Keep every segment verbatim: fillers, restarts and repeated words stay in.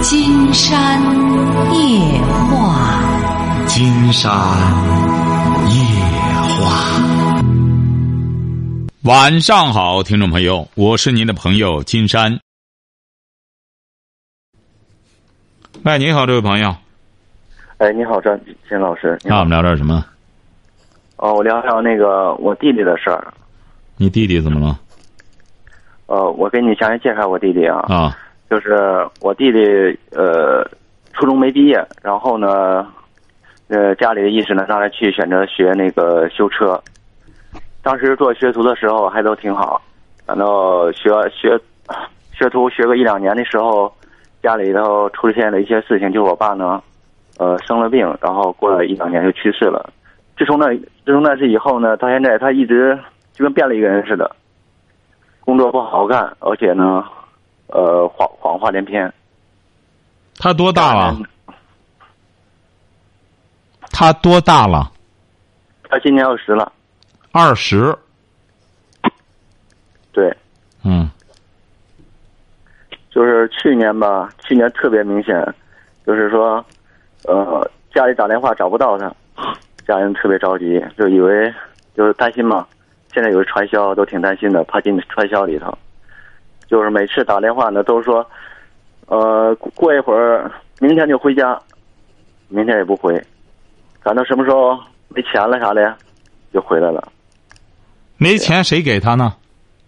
金山夜话， 金山夜话。 晚上好，听众朋友，我是您的朋友金山。喂，你好，这位朋友。 哎，你好，张金老师。 那我们聊点什么？ 哦，我聊聊那个我弟弟的事儿。 你弟弟怎么了？ 呃，我给你详细介绍我弟弟啊。 啊。 就是我弟弟呃，初中没毕业，然后呢，呃，家里的意思呢让他去选择学那个修车。当时做学徒的时候还都挺好，然后学学学徒学个一两年的时候，家里头出现了一些事情，就是我爸呢，呃，生了病，然后过了一两年就去世了。自从那自从那次以后呢，到现在他一直就跟变了一个人似的，工作不好好干，而且呢，呃，谎谎话连篇。 他多大了？他多大了？ 他今年二十了。 二十。 对。 嗯。 就是去年吧，去年特别明显，就是说，呃，家里打电话找不到他，家人特别着急，就以为就是担心嘛。现在有传销，都挺担心的，怕进传销里头。就是每次打电话呢，都说，呃，过一会儿，明天就回家，明天也不回，赶到什么时候没钱了啥的，就回来了。 没钱谁给他呢？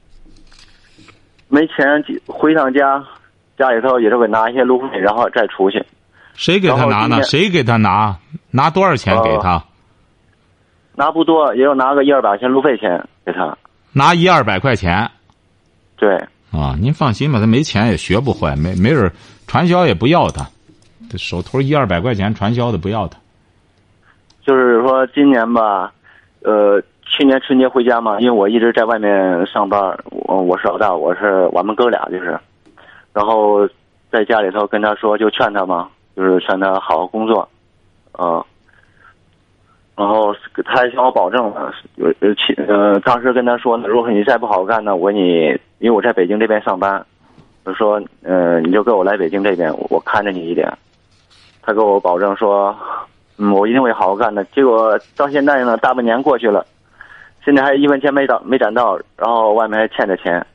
没钱回趟家，家里头也是会拿一些路费，然后再出去。 谁给他拿呢？谁给他拿？拿多少钱给他？呃、 拿不多，也有拿个一二百钱路费钱给他。 拿一二百块钱。 对。 啊，您放心吧，他没钱也学不坏，没没准传销也不要他，这手头一二百块钱传销的不要他。 就是说今年吧，呃。去年春节回家嘛，因为我一直在外面上班，我我是老大，我是我们哥俩就是，然后在家里头跟他说，就劝他嘛，就是劝他好好工作，啊、呃，然后他还向我保证了，呃呃，当时跟他说呢，如果你再不好好干呢，我你因为我在北京这边上班，就说呃你就跟我来北京这边，我看着你一点，他给我保证说，嗯，我一定会好好干的。结果到现在呢，大半年过去了。现在还一分钱没到没攒到，然后外面还欠着钱。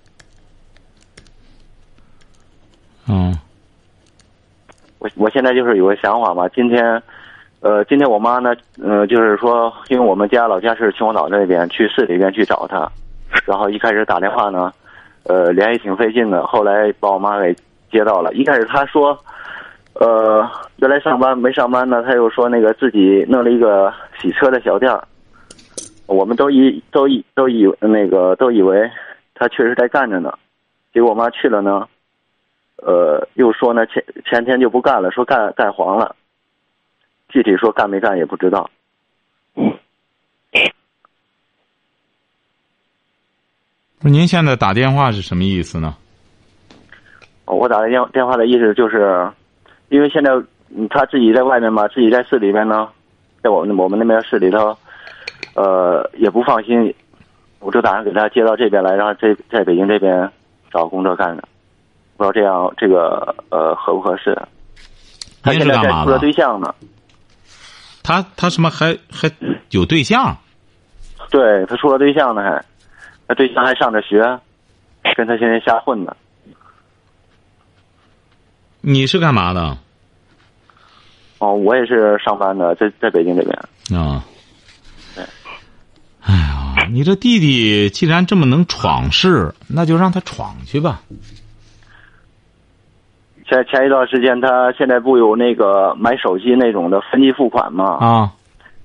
嗯， 我我现在就是有个想法嘛，今天，呃，今天我妈呢，呃，就是说，因为我们家老家是秦皇岛那边，去市里边去找她，然后一开始打电话呢，呃，联系挺费劲的，后来把我妈给接到了。一开始她说，呃，原来上班没上班呢，她又说那个自己弄了一个洗车的小店儿。我们都以都以都以那个都以为他确实在干着呢，结果我妈去了呢，呃，又说呢前前天就不干了，说干干黄了，具体说干没干也不知道。 不是您现在打电话是什么意思呢？ 我打的电电话的意思就是，因为现在他自己在外面嘛，自己在市里边呢，在我们我们那边市里头。呃，也不放心，我就打算给他接到这边来，让这在北京这边找工作干的，不知道这样这个呃合不合适？他现在在处了对象呢。 他他什么还还有对象？ 对，他处了对象呢，还他对象还上着学，跟他现在瞎混呢。 你是干嘛的？ 哦，我也是上班的，在在北京这边。 啊、哦。哎呀，你这弟弟既然这么能闯事，那就让他闯去吧。 前前一段时间，他现在不有那个买手机那种的分期付款吗？ 啊，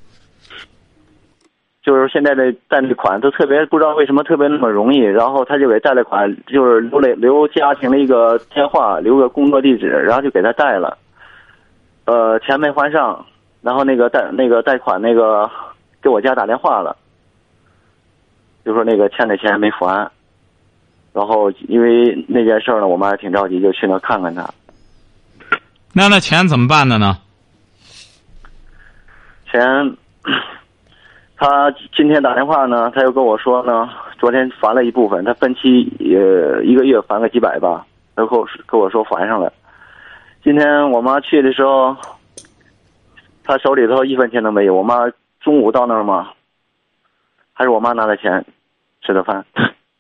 就是现在的贷款都特别不知道为什么特别那么容易，然后他就给贷了款，就是留了留家庭的一个电话，留个工作地址，然后就给他贷了。呃，钱没还上，然后那个贷那个贷款那个给我家打电话了。就说那个欠的钱没还，然后因为那件事呢，我妈也挺着急，就去那看看他。 那那钱怎么办的呢？ 钱，他今天打电话呢，他又跟我说呢，昨天还了一部分，他分期呃一个月还个几百吧，他跟我跟我说还上了。 今天我妈去的时候，她手里头一分钱都没有。我妈中午到那儿嘛，还是我妈拿的钱吃的饭。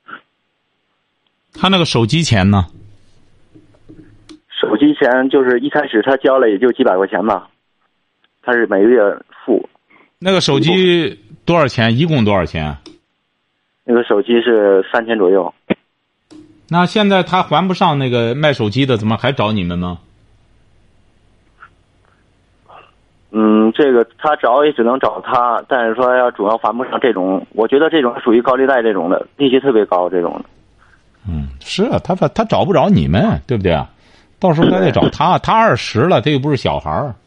他那个手机钱呢？ 手机钱就是一开始他交了也就几百块钱吧，他是每个月付。 那个手机多少钱？一共多少钱？ 那个手机是三千左右。 那现在他还不上那个卖手机的，怎么还找你们呢？ 嗯，这个他找也只能找他，但是说要主要还不上这种，我觉得这种属于高利贷这种的，利息特别高这种的。 嗯，是啊，他他找不着你们，对不对啊？到时候他得找他，他二十了，他又不是小孩儿。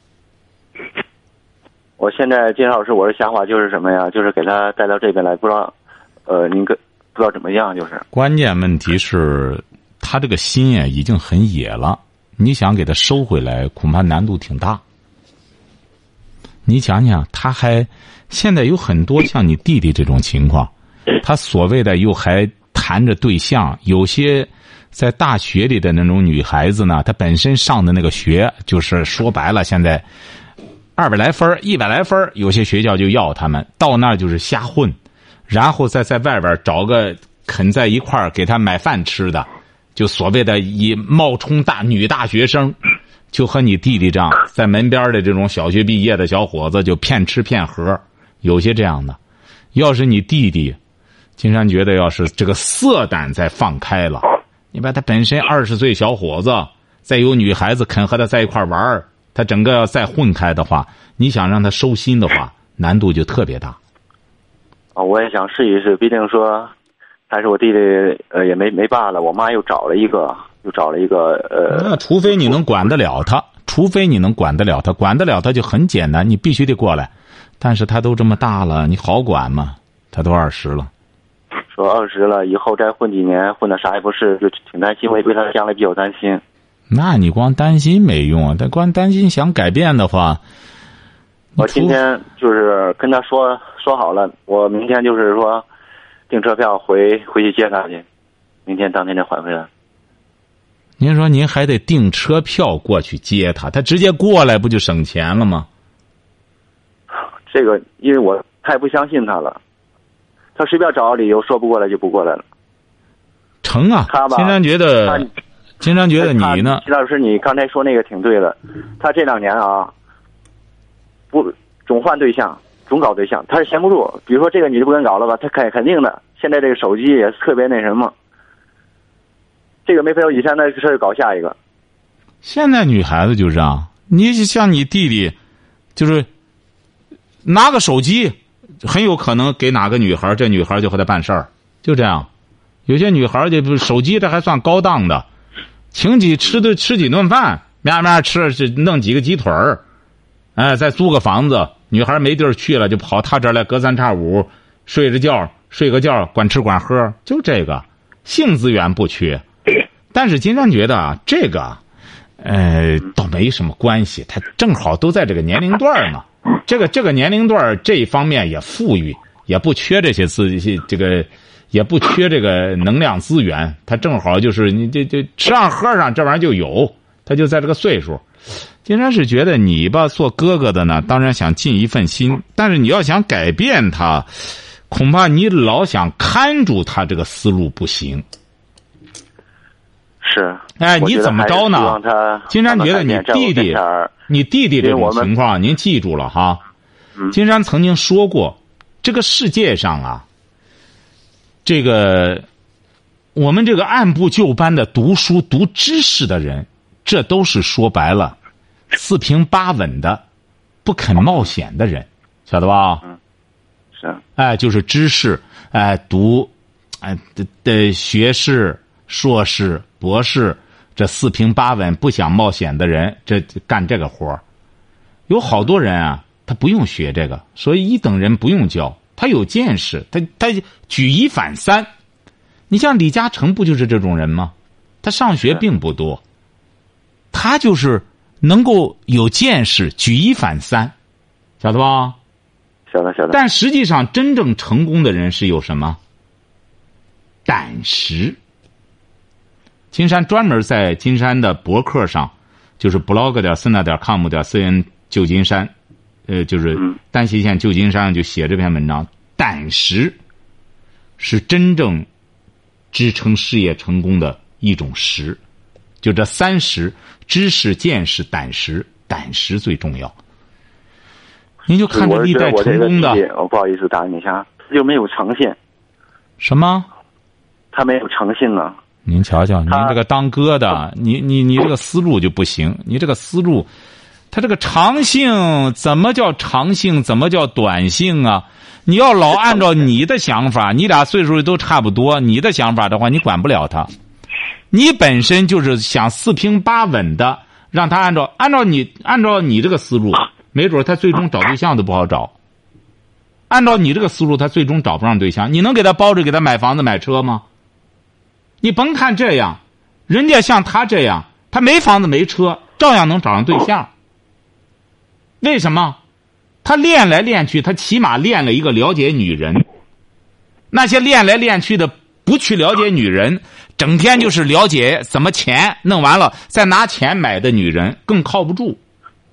我现在金老师，我的想法就是什么呀？就是给他带到这边来，不知道，呃，您个不知道怎么样，就是关键问题是，他这个心呀已经很野了，你想给他收回来，恐怕难度挺大。你想想，他还现在有很多像你弟弟这种情况，他所谓的又还谈着对象，有些在大学里的那种女孩子呢，她本身上的那个学就是说白了，现在二百来分、一百来分，有些学校就要他们到那儿就是瞎混，然后再在外边找个肯在一块儿给他买饭吃的，就所谓的以冒充大女大学生。就和你弟弟这样，在门边的这种小学毕业的小伙子，就骗吃骗喝，有些这样的。要是你弟弟，金山觉得，要是这个色胆再放开了，你把他本身二十岁小伙子，再有女孩子肯和他在一块玩，他整个要再混开的话，你想让他收心的话，难度就特别大。 啊，我也想试一试，毕竟说，还是我弟弟，呃，也没没办了，我妈又找了一个。又找了一个呃， 那除非你能管得了他，除非你能管得了他，管得了他就很简单，你必须得过来。但是他都这么大了，你好管吗？他都二十了。 说二十了，以后再混几年，混的啥也不是，就挺担心，我也对他将来比较担心。 那你光担心没用啊！但光担心想改变的话， 我今天就是跟他说说好了，我明天就是说订车票回回去接他去，明天当天就还回来。 您说您还得订车票过去接他，他直接过来不就省钱了吗？ 这个因为我太不相信他了，他随便找个理由说不过来就不过来了。 成啊！ 他吧， 金山觉得，金山觉得你呢？ 金老师，你刚才说那个挺对的。他这两年啊，不总换对象，总搞对象，他是闲不住。比如说这个你就不跟搞了吧，他肯肯定的。现在这个手机也特别那什么。这个没分有以前那事搞下一个。 现在女孩子就这样，你像你弟弟，就是拿个手机，很有可能给哪个女孩，这女孩就和他办事儿，就这样。有些女孩就手机这还算高档的，请几吃的吃几顿饭，面面吃是弄几个鸡腿儿，哎，再租个房子，女孩没地儿去了，就跑他这儿来，隔三差五睡着觉，睡个觉，管吃管喝，就这个性资源不缺。但是金山觉得啊，这个，呃，倒没什么关系，他正好都在这个年龄段嘛。这个这个年龄段这一方面也富裕，也不缺这些资，这个也不缺这个能量资源。他正好就是你这这吃上喝上这玩意儿就有，他就在这个岁数。金山是觉得你吧，做哥哥的呢，当然想尽一份心，但是你要想改变他，恐怕你老想看住他这个思路不行。 是， 哎，你怎么着呢？金山觉得你弟弟，你弟弟这种情况，您记住了哈。 嗯、 金山曾经说过，这个世界上啊，这个我们这个按部就班的读书、读知识的人，这都是说白了四平八稳的、不肯冒险的人，晓得吧？ 嗯，是。 哎，就是知识，哎，读，哎的的学士、硕士。博士，这四平八稳不想冒险的人，这干这个活儿，有好多人啊，他不用学这个，所以一等人不用教，他有见识，他他举一反三。你像李嘉诚不就是这种人吗？他上学并不多，他就是能够有见识，举一反三，晓得吧？ 晓得晓得。 但实际上，真正成功的人是有什么？胆识。金山专门在金山的博客上就是 blog 点 sina 点 com 点 cn 旧金山，呃，就是丹溪县旧金山就写这篇文章。胆识是真正支撑事业成功的一种识，就这三识：知识、见识、胆识。胆识最重要。您就看着历代成功的， 我不好意思打你一下，又没有诚信。 什么？ 他没有诚信呢。 您瞧瞧，您这个当哥的，你你你这个思路就不行。你这个思路，他这个长性怎么叫长性？怎么叫短性啊？你要老按照你的想法，你俩岁数都差不多，你的想法的话，你管不了他。你本身就是想四平八稳的，让他按照按照你按照你这个思路，没准他最终找对象都不好找。按照你这个思路，他最终找不上对象。你能给他包着给他买房子买车吗？你甭看这样，人家像他这样，他没房子没车，照样能找上对象。为什么？他练来练去，他起码练了一个了解女人。那些练来练去的不去了解女人，整天就是了解怎么钱弄完了再拿钱买的女人更靠不住。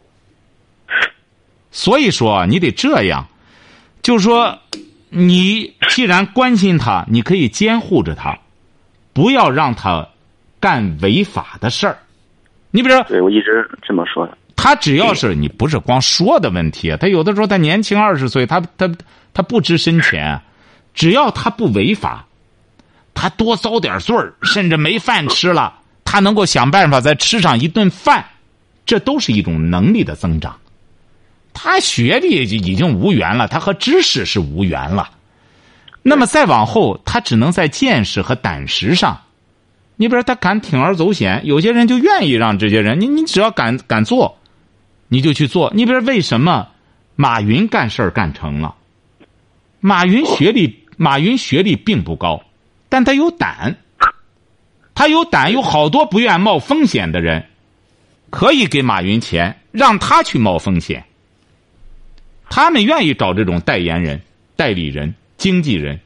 所以说你得这样，就是说你既然关心他，你可以监护着他，不要让他干违法的事儿。你比如说， 对，我一直这么说的。 他只要是你不是光说的问题，他有的时候他年轻二十岁，他他他不知深浅，只要他不违法，他多遭点罪儿，甚至没饭吃了，他能够想办法再吃上一顿饭，这都是一种能力的增长。他学历已经无缘了，他和知识是无缘了。那么再往后，他只能在见识和胆识上。你比如他敢铤而走险，有些人就愿意让这些人，你你只要敢敢做，你就去做。你比如为什么马云干事儿干成了？马云学历马云学历并不高，但他有胆，他有胆，有好多不愿冒风险的人，可以给马云钱，让他去冒风险。他们愿意找这种代言人、代理人、经纪人。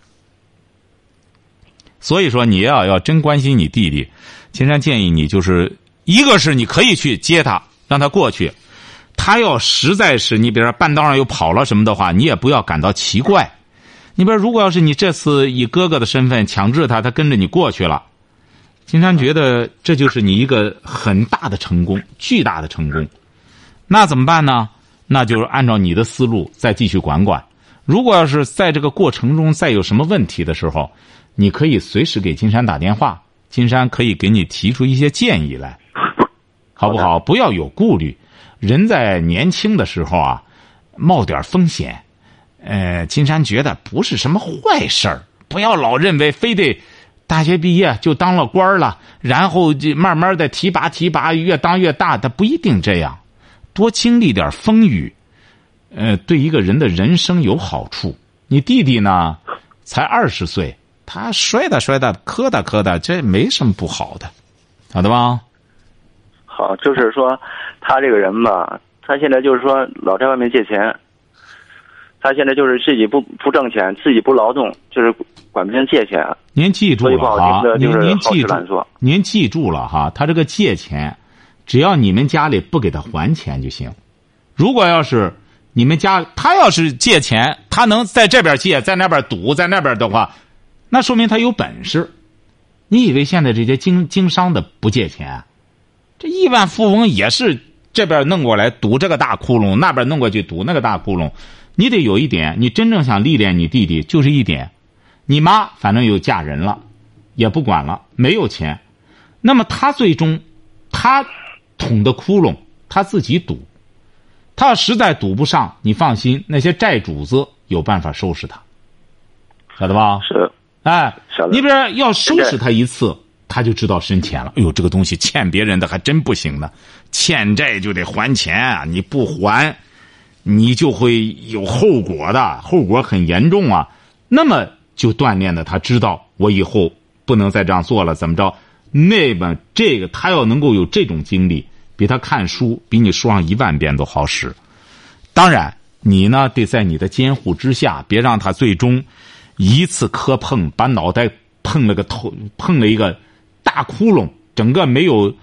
所以说，你要要真关心你弟弟，金山建议你就是一个是你可以去接他，让他过去。他要实在是你比如说半道上又跑了什么的话，你也不要感到奇怪。你比如如果要是你这次以哥哥的身份强制他，他跟着你过去了，金山觉得这就是你一个很大的成功，巨大的成功。那怎么办呢？那就是按照你的思路再继续管管。如果要是在这个过程中再有什么问题的时候，你可以随时给金山打电话，金山可以给你提出一些建议来，好不好？不要有顾虑。人在年轻的时候啊，冒点风险，呃，金山觉得不是什么坏事儿。不要老认为非得大学毕业就当了官了，然后就慢慢的提拔提拔，越当越大，他不一定这样。多经历点风雨，呃，对一个人的人生有好处。你弟弟呢，才二十岁。他摔打摔打磕打磕打，这没什么不好的，好的吧？ 好，就是说他这个人吧，他现在就是说老在外面借钱，他现在就是自己不不挣钱，自己不劳动，就是管别人借钱。 您记住了哈，您您记住， 住您记住了哈，他这个借钱，只要你们家里不给他还钱就行。如果要是你们家他要是借钱，他能在这边借，在那边赌，在那边的话，那说明他有本事。你以为现在这些经经商的不借钱？这亿万富翁也是这边弄过来赌这个大窟窿，那边弄过去赌那个大窟窿。你得有一点，你真正想历练你弟弟，就是一点，你妈反正有嫁人了，也不管了，没有钱，那么他最终他捅的窟窿他自己赌，他要实在赌不上，你放心，那些债主子有办法收拾他，晓得吧？ 是。 哎，你比如要收拾他一次，他就知道深浅了。哎呦，这个东西欠别人的还真不行呢，欠债就得还钱啊！你不还，你就会有后果的，后果很严重啊。那么就锻炼的他知道，我以后不能再这样做了，怎么着？那么这个他要能够有这种经历，比他看书比你说上一万遍都好使。当然，你呢得在你的监护之下，别让他最终一次磕碰，把脑袋碰了个头，碰了一个大窟窿，整个没有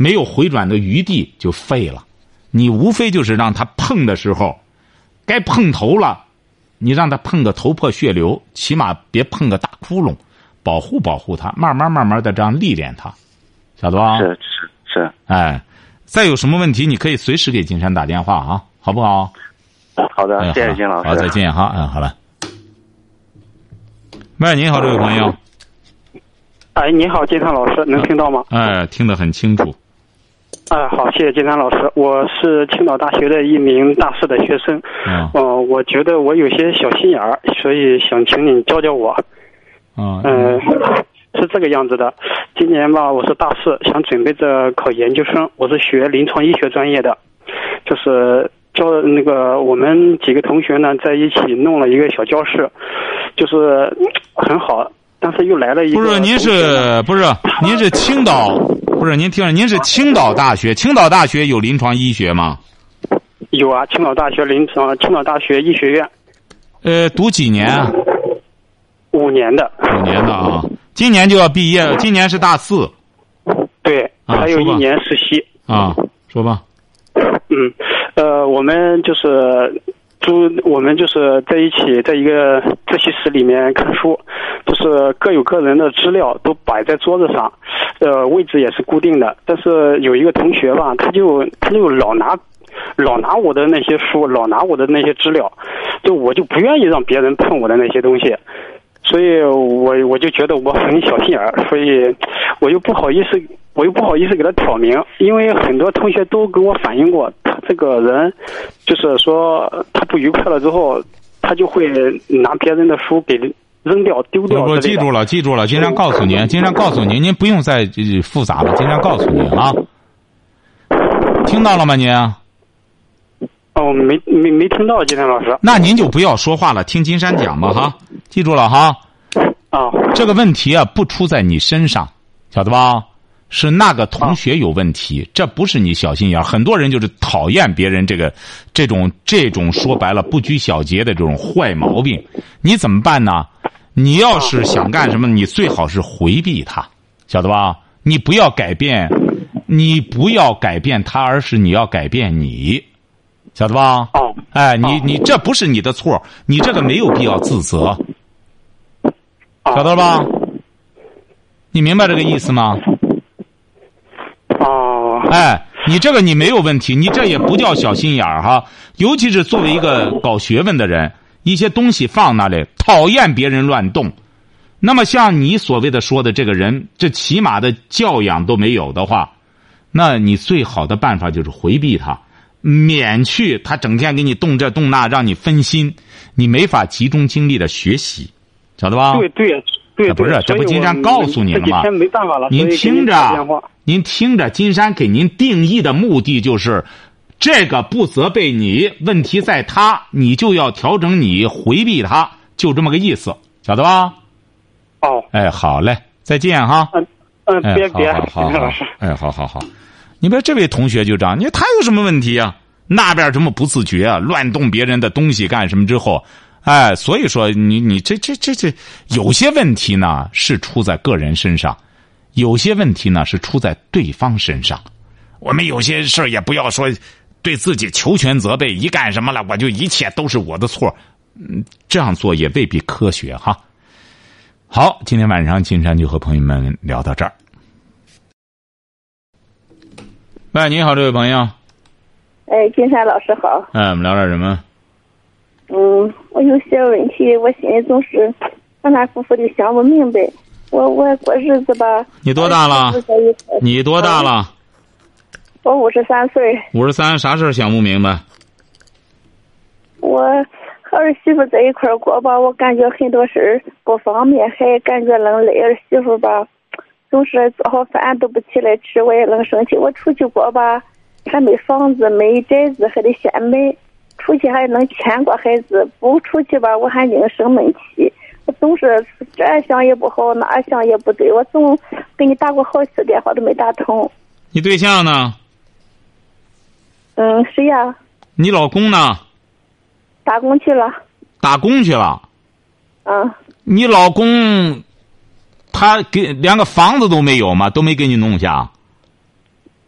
没有回转的余地，就废了。你无非就是让他碰的时候，该碰头了，你让他碰个头破血流，起码别碰个大窟窿，保护保护他，慢慢慢慢的这样历练他，晓得吧？ 是是是。 哎，再有什么问题，你可以随时给金山打电话啊，好不好？ 好的， 哎、 谢谢金老师。 好，再见哈。嗯，好了。喂，你好，这位朋友。 哎，你好，金山老师，能听到吗？ 哎，听得很清楚。 哎，好，谢谢金山老师。我是青岛大学的一名大四的学生。 嗯。 呃，我觉得我有些小心眼儿，所以想请你教教我。 嗯。 嗯、呃，是这个样子的。今年吧，我是大四，想准备着考研究生。我是学临床医学专业的，就是教那个我们几个同学呢，在一起弄了一个小教室，就是很好。但是又来了一个， 不是您是不是您是青岛？不是您听着，您是青岛大学，青岛大学有临床医学吗？ 有啊，青岛大学临床，青岛大学医学院。 呃，读几年啊？ 五年的。 五年的啊，今年就要毕业，今年是大四。 对， 啊、 还有一年实习。 啊，说吧。 嗯，呃，我们就是租，我们就是在一起，在一个自习室里面看书，就是各有各人的资料都摆在桌子上，呃，位置也是固定的。但是有一个同学吧，他就他就老拿老拿我的那些书，老拿我的那些资料，就我就不愿意让别人碰我的那些东西。所以我我就觉得我很小心眼儿，所以我又不好意思，我又不好意思给他挑明，因为很多同学都跟我反映过，他这个人就是说他不愉快了之后，他就会拿别人的书给扔掉、丢掉。 我记住了，记住了，经常告诉您，经常告诉您，您不用再复杂了，经常告诉您啊，听到了吗您？ 哦，没没没听到，金山老师。 那您就不要说话了，听金山讲吧哈，记住了哈。 啊、哦， 这个问题啊，不出在你身上，晓得吧？是那个同学有问题，哦、这不是你小心眼。很多人就是讨厌别人这个这种这种说白了不拘小节的这种坏毛病，你怎么办呢？你要是想干什么，你最好是回避他，晓得吧？你不要改变，你不要改变他，而是你要改变你。晓得吧？ 哦， 哎，你你这不是你的错，你这个没有必要自责，晓得了吧？你明白这个意思吗？ 哦， 哎，你这个你没有问题，你这也不叫小心眼儿哈。尤其是作为一个搞学问的人，一些东西放那里，讨厌别人乱动。那么像你所谓的说的这个人，这起码的教养都没有的话，那你最好的办法就是回避他。免去他整天给你动这动那，让你分心，你没法集中精力的学习，晓得吧？ 对对对， 不是，这不金山告诉你了吗？ 没办法了， 您听着，您听着，金山给您定义的目的就是，这个不责备你，问题在他，你就要调整你，回避他，就这么个意思，晓得吧？ 哦， 哎，好嘞，再见哈。 嗯嗯，别别， 好好好，哎，好好好。你别这位同学就这样，你他有什么问题啊？那边这么不自觉啊，乱动别人的东西干什么之后，哎，所以说你你这这这这有些问题呢是出在个人身上，有些问题呢是出在对方身上。我们有些事也不要说对自己求全责备，一干什么了我就一切都是我的错，嗯，这样做也未必科学哈。好，今天晚上金山就和朋友们聊到这儿。喂，你好，这位朋友。 哎，金山老师好。 哎，我们聊点什么？ 嗯，我有些问题，我心里总是反反复复的想不明白。我我过日子吧。 你多大了？你多大了？ 我五十三岁。 五十三，啥事想不明白？ 我和儿媳妇在一块儿过吧，我感觉很多事儿不方便，还感觉冷累。儿媳妇吧。总是做好饭都不起来吃，我也能生气。我出去过吧，还没房子没宅子，还得先买。出去还能牵挂孩子，不出去吧，我还净生闷气。我总是这想也不好，那想也不对。我总给你打过好几次电话都没打通。 你对象呢？ 嗯，谁呀？ 你老公呢？ 打工去了。 打工去了。 嗯。 你老公？他给连个房子都没有吗？都没给你弄下。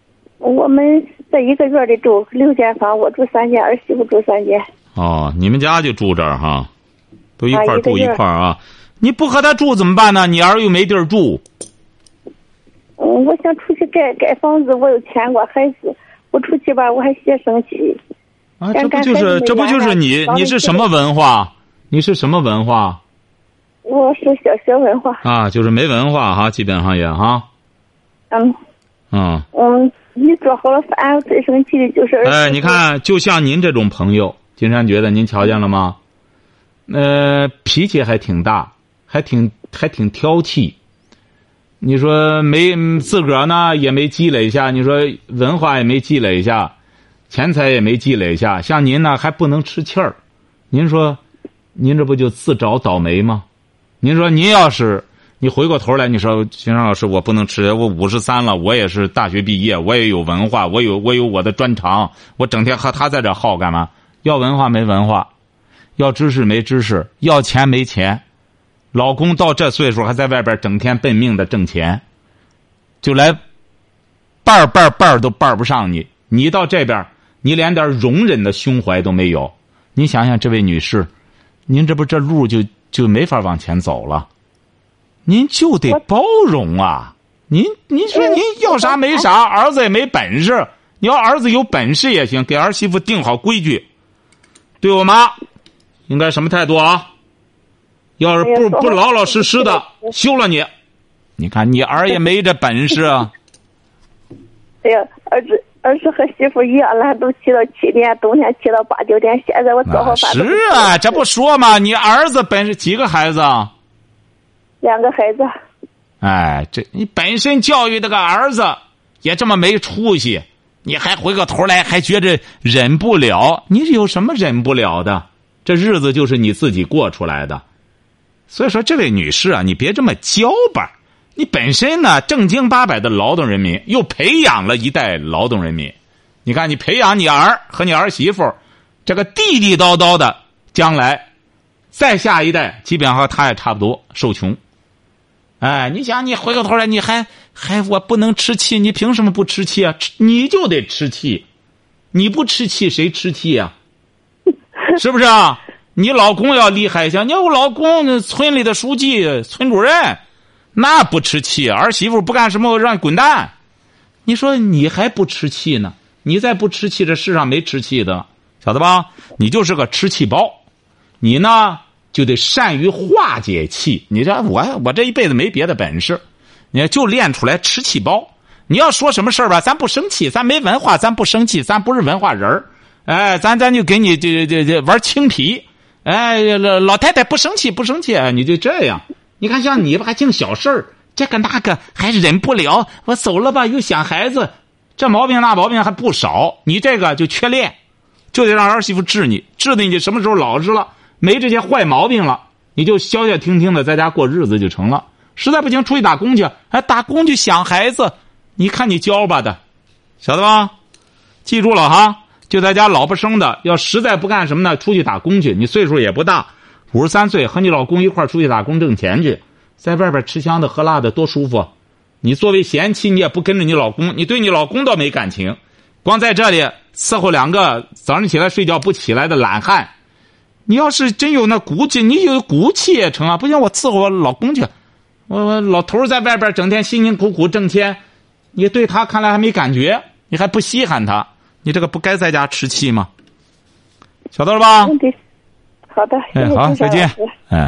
我们在一个院里住六间房，我住三间，儿媳妇住三间。 哦，你们家就住这儿哈，都一块儿住一块儿啊。 啊你不和他住怎么办呢？你儿又没地儿住。 嗯，我想出去盖盖房子，我又牵过孩子，我出去吧，我还嫌生气。 啊，这不就是这不就是你？你是什么文化？你是什么文化？ 我是小学文化。 啊，就是没文化哈，基本上也哈。 嗯。 嗯。 嗯，你做好了饭，我最生气的就是。 哎，你看，就像您这种朋友，金山觉得您瞧见了吗？呃，脾气还挺大，还挺还挺挑剔。你说没自个儿呢，也没积累一下。你说文化也没积累一下，钱财也没积累一下。像您呢，还不能吃气儿。您说，您这不就自找倒霉吗？您说您要是你回过头来，你说金山老师，我不能吃，我五十三了，我也是大学毕业，我也有文化，我有我有我的专长，我整天和他在这耗干嘛？要文化没文化，要知识没知识，要钱没钱。老公到这岁数还在外边整天奔命的挣钱，就来伴儿伴儿伴儿都伴不上你。你到这边，你连点容忍的胸怀都没有。你想想，这位女士，您这不这路就就没法往前走了。您就得包容啊！您您说您要啥没啥，儿子也没本事。你要儿子有本事也行，给儿媳妇定好规矩。对我妈，应该什么态度啊？要是不不老老实实的，休了你。你看你儿也没这本事啊。 哎呀，儿子儿子和媳妇一样了，都起到七点，冬天起到八九点。现在我做好饭。 是啊，这不说嘛，你儿子本事几个孩子？ 两个孩子。 哎，这你本身教育这个儿子也这么没出息，你还回过头来还觉着忍不了，你有什么忍不了的？这日子就是你自己过出来的。所以说，这位女士啊，你别这么娇吧。你本身呢正经八百的劳动人民，又培养了一代劳动人民。你看，你培养你儿和你儿媳妇，这个地地道道的，将来再下一代，基本上他也差不多受穷。哎，你想，你回过头来，你还还我不能吃气，你凭什么不吃气啊？你就得吃气，你不吃气谁吃气啊？是不是啊？你老公要厉害一些，你看我老公村里的书记、村主任，那不吃气，儿媳妇不干什么我让你滚蛋。你说你还不吃气呢？你再不吃气，这世上没吃气的，晓得吧？你就是个吃气包，你呢就得善于化解气。你这我我这一辈子没别的本事，你就练出来吃气包。你要说什么事儿吧，咱不生气，咱没文化，咱不生气，咱不是文化人儿。哎，咱咱就给你这这这玩青皮。哎，老老太太不生气不生气，你就这样。你看像你吧，还净小事儿，这个那个还忍不了，我走了吧又想孩子，这毛病那毛病还不少。你这个就缺练，就得让儿媳妇治你，治的你什么时候老实了，没这些坏毛病了，你就消消停停的在家过日子就成了。实在不行出去打工去，还打工去想孩子，你看你教吧的，晓得吧？记住了哈。就在家老婆生的，要实在不干什么呢，出去打工去。你岁数也不大，五十三岁，和你老公一块出去打工挣钱去，在外边吃香的喝辣的多舒服。你作为贤妻，你也不跟着你老公，你对你老公倒没感情，光在这里伺候两个早上起来睡觉不起来的懒汉。你要是真有那骨气，你有骨气也成啊！不行，我伺候我老公去，我我老头在外边整天辛辛苦苦挣钱，你对他看来还没感觉，你还不稀罕他。你这个不该在家吃气吗？晓得了吧？ 好的， 哎，好，再见。哎，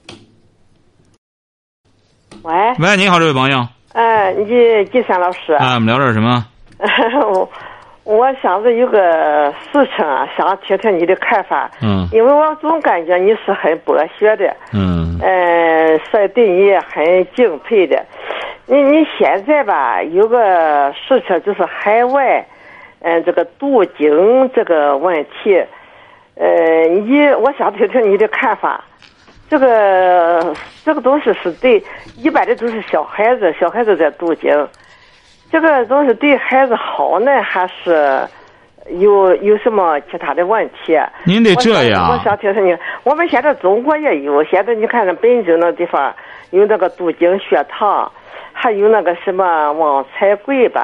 喂， 喂，你好，这位朋友。 哎，你金山老师。 啊，我们聊点什么？ 我我想着有个事情啊，想听听你的看法。 嗯。 因为我总感觉你是很博学的。 嗯。 呃，所以对你也很敬佩的。你你现在吧，有个事情就是海外。嗯，这个镀金这个问题，呃，你我想听听你的看法。这个这个东西是对一般的都是小孩子，小孩子在镀金，这个东西对孩子好呢，还是有有什么其他的问题？ 您得这样。 我想, 我想听听你。我们现在中国也有，现在你看那北京那地方有那个镀金学堂，还有那个什么旺财柜吧。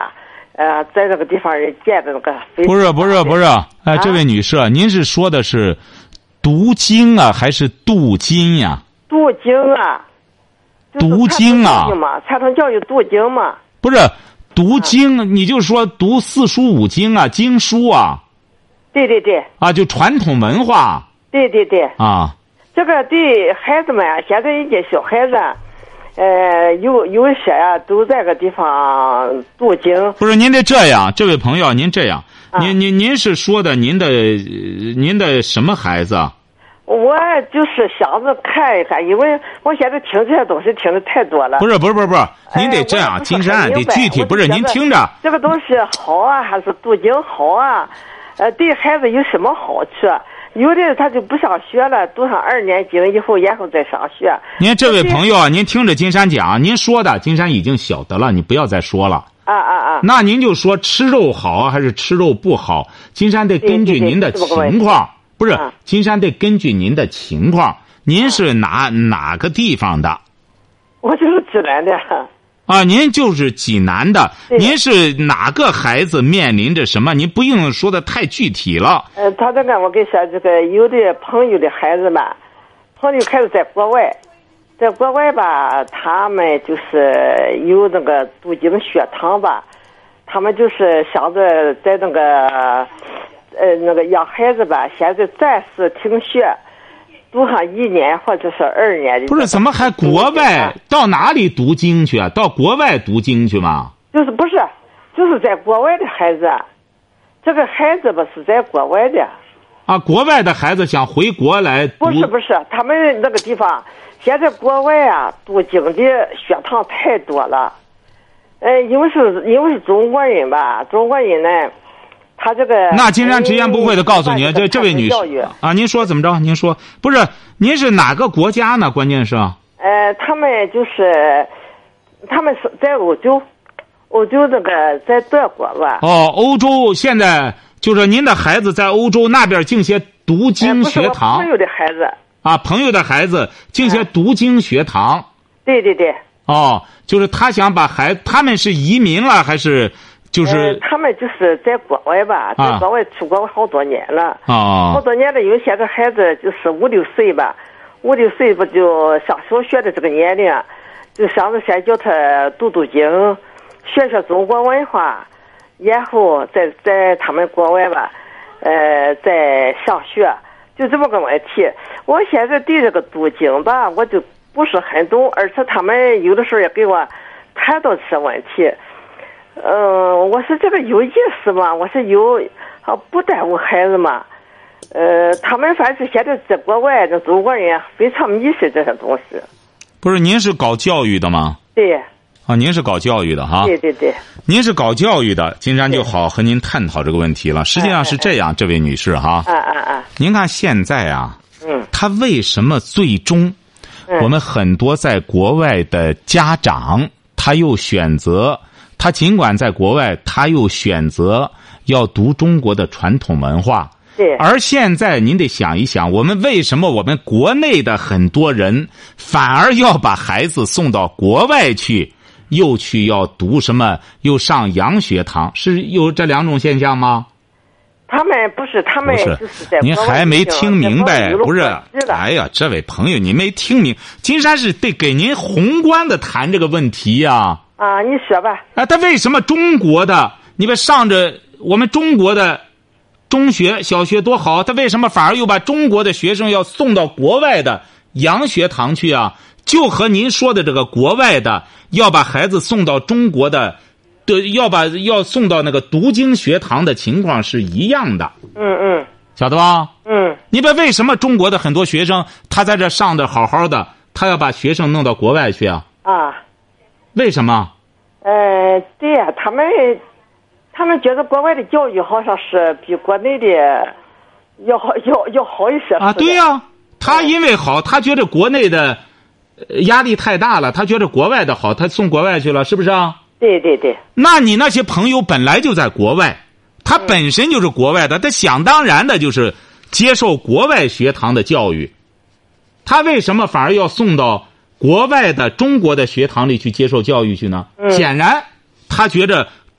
呃，在这个地方人建的那个。 不是不是不是，哎，这位女士，啊、您是说的是读经啊，还是镀金呀、啊？ 镀金啊。 读经啊？ 传统教育读经嘛？ 不是读经，啊、你就说读四书五经啊，经书啊。 对对对。 啊，就传统文化。 对对对。 啊。 这个对孩子们，现在一些小孩子。呃，有有些呀、啊，都在个地方读经。 不是，您得这样，这位朋友，您这样，啊、您您您是说的您的您的什么孩子？ 我就是想着看一看，因为我现在听这些东西听的太多了。 不是不是不是不是，您得这样，金山得具体，不是您听着。 这个东西好啊，还是读经好啊？呃，对孩子有什么好处？有的他就不上学了，读上二年级了以后，然后再上学。 您这位朋友，您听着金山讲，您说的金山已经晓得了，你不要再说了。 啊啊啊！ 那您就说吃肉好啊，还是吃肉不好？金山得根据您的情况，不是金山得根据您的情况。您是哪哪个地方的？ 我就是济南的。 啊，您就是济南的，您是哪个孩子面临着什么？您不用说的太具体了。 呃，他这个我跟你说，这个有的朋友的孩子吧，朋友孩子在国外，在国外吧，他们就是有那个读经学堂吧，他们就是想着在那个呃那个让孩子吧，现在暂时停学。读上一年或者是二年的。 不是，怎么还国外？到哪里读经去啊？到国外读经去吗？ 就是不是，就是在国外的孩子，这个孩子吧是在国外的。 啊，国外的孩子想回国来读？ 不是不是，他们那个地方现在国外啊读经的学堂太多了，呃，因为是因为是中国人吧，中国人呢。他这个那金山直言不讳的告诉您，这这位女士啊，您说怎么着？您说不是？您是哪个国家呢？关键是呃，他们就是他们是在欧洲，欧洲这个在德国吧？ 哦，欧洲现在就是您的孩子在欧洲那边进些读经学堂。 呃、朋友的孩子啊，朋友的孩子进些读经学堂。 嗯、对对对。 哦，就是他想把孩他们是移民了还是？就是、 呃、他们就是在国外吧，在国外出国好多年了， 啊， 好多年了。因为现在孩子就是五六岁吧，五六岁不就上小学的这个年龄，就想着先叫他读读经，学学中国文化，然后再在他们国外吧，呃，再上学，就这么个问题。我现在对这个读经吧，我就不是很懂，而且他们有的时候也给我谈到这些问题。嗯、呃，我说这个有意思吗？我说有，啊，不耽误孩子嘛。呃，他们反正现在在国外，这中国人非常迷信这些东西。 不是，您是搞教育的吗？ 对。 啊，您是搞教育的哈？ 对对对。 您是搞教育的，金山就好和您探讨这个问题了。实际上是这样，哎哎哎这位女士哈。 啊啊啊！ 您看现在啊， 嗯， 他为什么最终，我们很多在国外的家长，他又选择。他尽管在国外，他又选择要读中国的传统文化。 对。 而现在您得想一想，我们为什么我们国内的很多人反而要把孩子送到国外去，又去要读什么，又上洋学堂，是有这两种现象吗？ 他们不是，他们就是在您还没听明白？不是？哎呀，这位朋友，你没听明，金山是得给您宏观的谈这个问题呀、啊。 啊，你说吧。 啊，他为什么中国的你们上着我们中国的中学、小学多好，他为什么反而又把中国的学生要送到国外的洋学堂去啊？就和您说的这个国外的要把孩子送到中国的，对，要把要送到那个读经学堂的情况是一样的。 嗯嗯， 晓得吧？ 嗯。 你们为什么中国的很多学生他在这上的好好的，他要把学生弄到国外去啊？ 啊。 为什么？ 呃，对呀、啊，他们他们觉得国外的教育好像是比国内的要好要要好一些啊。对呀、啊，他因为好，他觉得国内的压力太大了，他觉得国外的好，他送国外去了，是不是啊？ 对对对。 那你那些朋友本来就在国外，他本身就是国外的，他想当然的就是接受国外学堂的教育，他为什么反而要送到国外的中国的学堂里去接受教育去呢？ 嗯、 显然他觉着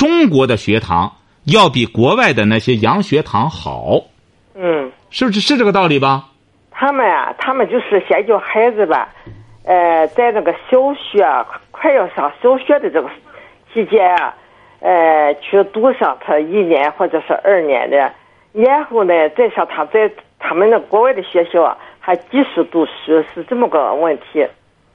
中国的学堂要比国外的那些洋学堂好。 嗯， 是不是是这个道理吧？ 他们啊，他们就是先教孩子吧，呃，在那个小学快要上小学的这个期间啊，呃，去读上他一年或者是二年的，然后呢，再上他在他们的国外的学校啊，还继续读书，是这么个问题。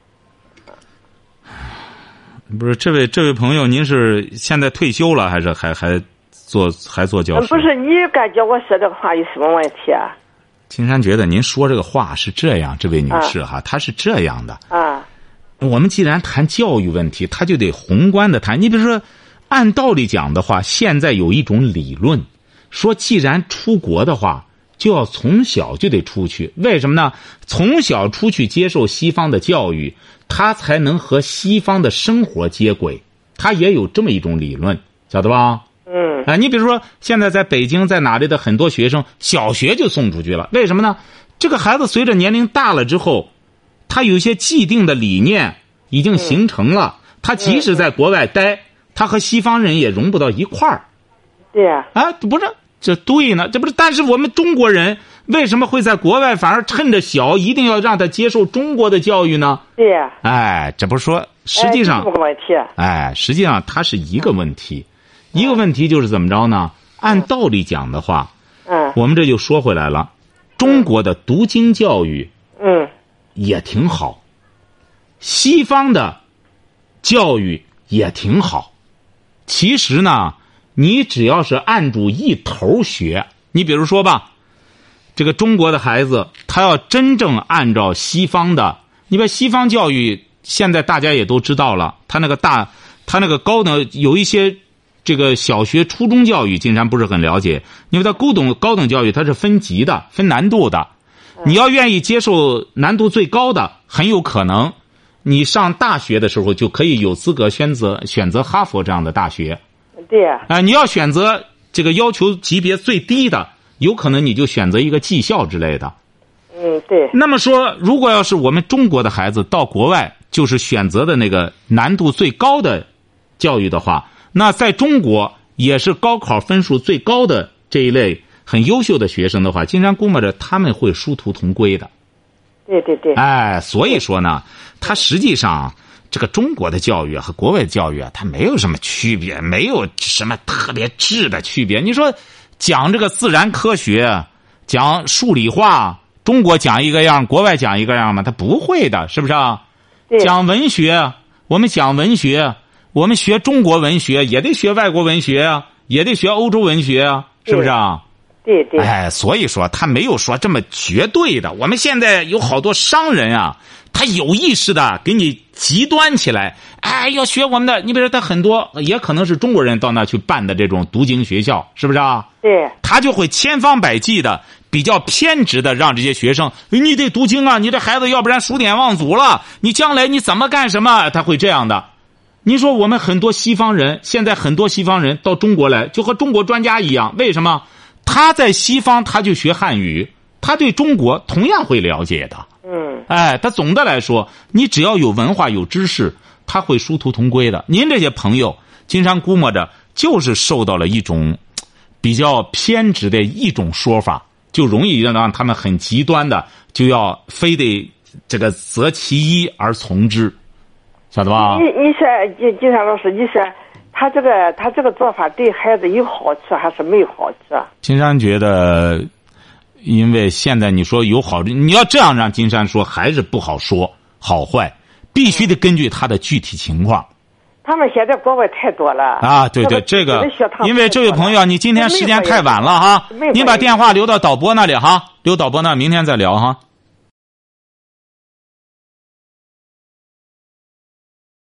不是，这位这位朋友，您是现在退休了，还是还还做还做教师？ 不是，你感觉我说这个话有什么问题啊？ 金山觉得您说这个话是这样，这位女士哈，她是这样的啊。 我们既然谈教育问题，他就得宏观的谈。你比如说，按道理讲的话，现在有一种理论，说既然出国的话，就要从小就得出去。为什么呢？从小出去接受西方的教育，他才能和西方的生活接轨。他也有这么一种理论，晓得吧？ 嗯。 啊，你比如说，现在在北京，在哪里的很多学生，小学就送出去了。为什么呢？这个孩子随着年龄大了之后，他有一些既定的理念已经形成了。他即使在国外待，他和西方人也融不到一块儿。 对呀。 啊，不是。这对呢，这不是？但是我们中国人为什么会在国外反而趁着小，一定要让他接受中国的教育呢？ 对呀。 哎，这不是说实际上， 哎，这个问题。 哎，实际上它是一个问题，嗯、一个问题就是怎么着呢？按道理讲的话， 嗯， 我们这就说回来了，中国的读经教育， 嗯， 也挺好，西方的教育也挺好，其实呢。你只要是按住一头学，你比如说吧，这个中国的孩子，他要真正按照西方的，你把西方教育，现在大家也都知道了，他那个大，他那个高等有一些这个小学、初中教育，金山不是很了解，因为他高等高等教育它是分级的、分难度的，你要愿意接受难度最高的，很有可能你上大学的时候就可以有资格选择选择哈佛这样的大学。 对呀、 啊，你要选择这个要求级别最低的，有可能你就选择一个技校之类的。 嗯，对。 那么说，如果要是我们中国的孩子到国外，就是选择的那个难度最高的教育的话，那在中国也是高考分数最高的这一类很优秀的学生的话，金山估摸着他们会殊途同归的。 对对对。 哎，所以说呢，他实际上。这个中国的教育和国外的教育啊，它没有什么区别，没有什么特别质的区别。你说讲这个自然科学，讲数理化，中国讲一个样，国外讲一个样吗？他不会的，是不是啊？讲文学，我们讲文学，我们学中国文学也得学外国文学啊，也得学欧洲文学啊，是不是啊？ 对对。 哎，所以说他没有说这么绝对的。我们现在有好多商人啊。他有意识的给你极端起来，哎，要学我们的。你比如说，他很多也可能是中国人到那去办的这种读经学校，是不是啊？ 对。 他就会千方百计的、比较偏执的让这些学生，你得读经啊，你这孩子要不然数典忘祖了，你将来你怎么干什么？他会这样的。你说我们很多西方人，现在很多西方人到中国来，就和中国专家一样，为什么？他在西方他就学汉语，他对中国同样会了解的。 嗯， 哎，他总的来说，你只要有文化、有知识，他会殊途同归的。您这些朋友，经常估摸着就是受到了一种比较偏执的一种说法，就容易让他们很极端的就要非得这个择其一而从之，晓得吧？ 你你说金金山老师，你说他这个他这个做法对孩子有好处还是没有好处啊？ 金山觉得。因为现在你说有好，你要这样让金山说还是不好说好坏，必须得根据他的具体情况。 他们现在国外太多了啊，对对，这个因为这位朋友，你今天时间太晚了哈，你把电话留到导播那里哈，留导播那，明天再聊哈。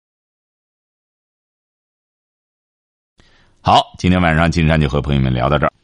好，今天晚上金山就和朋友们聊到这儿。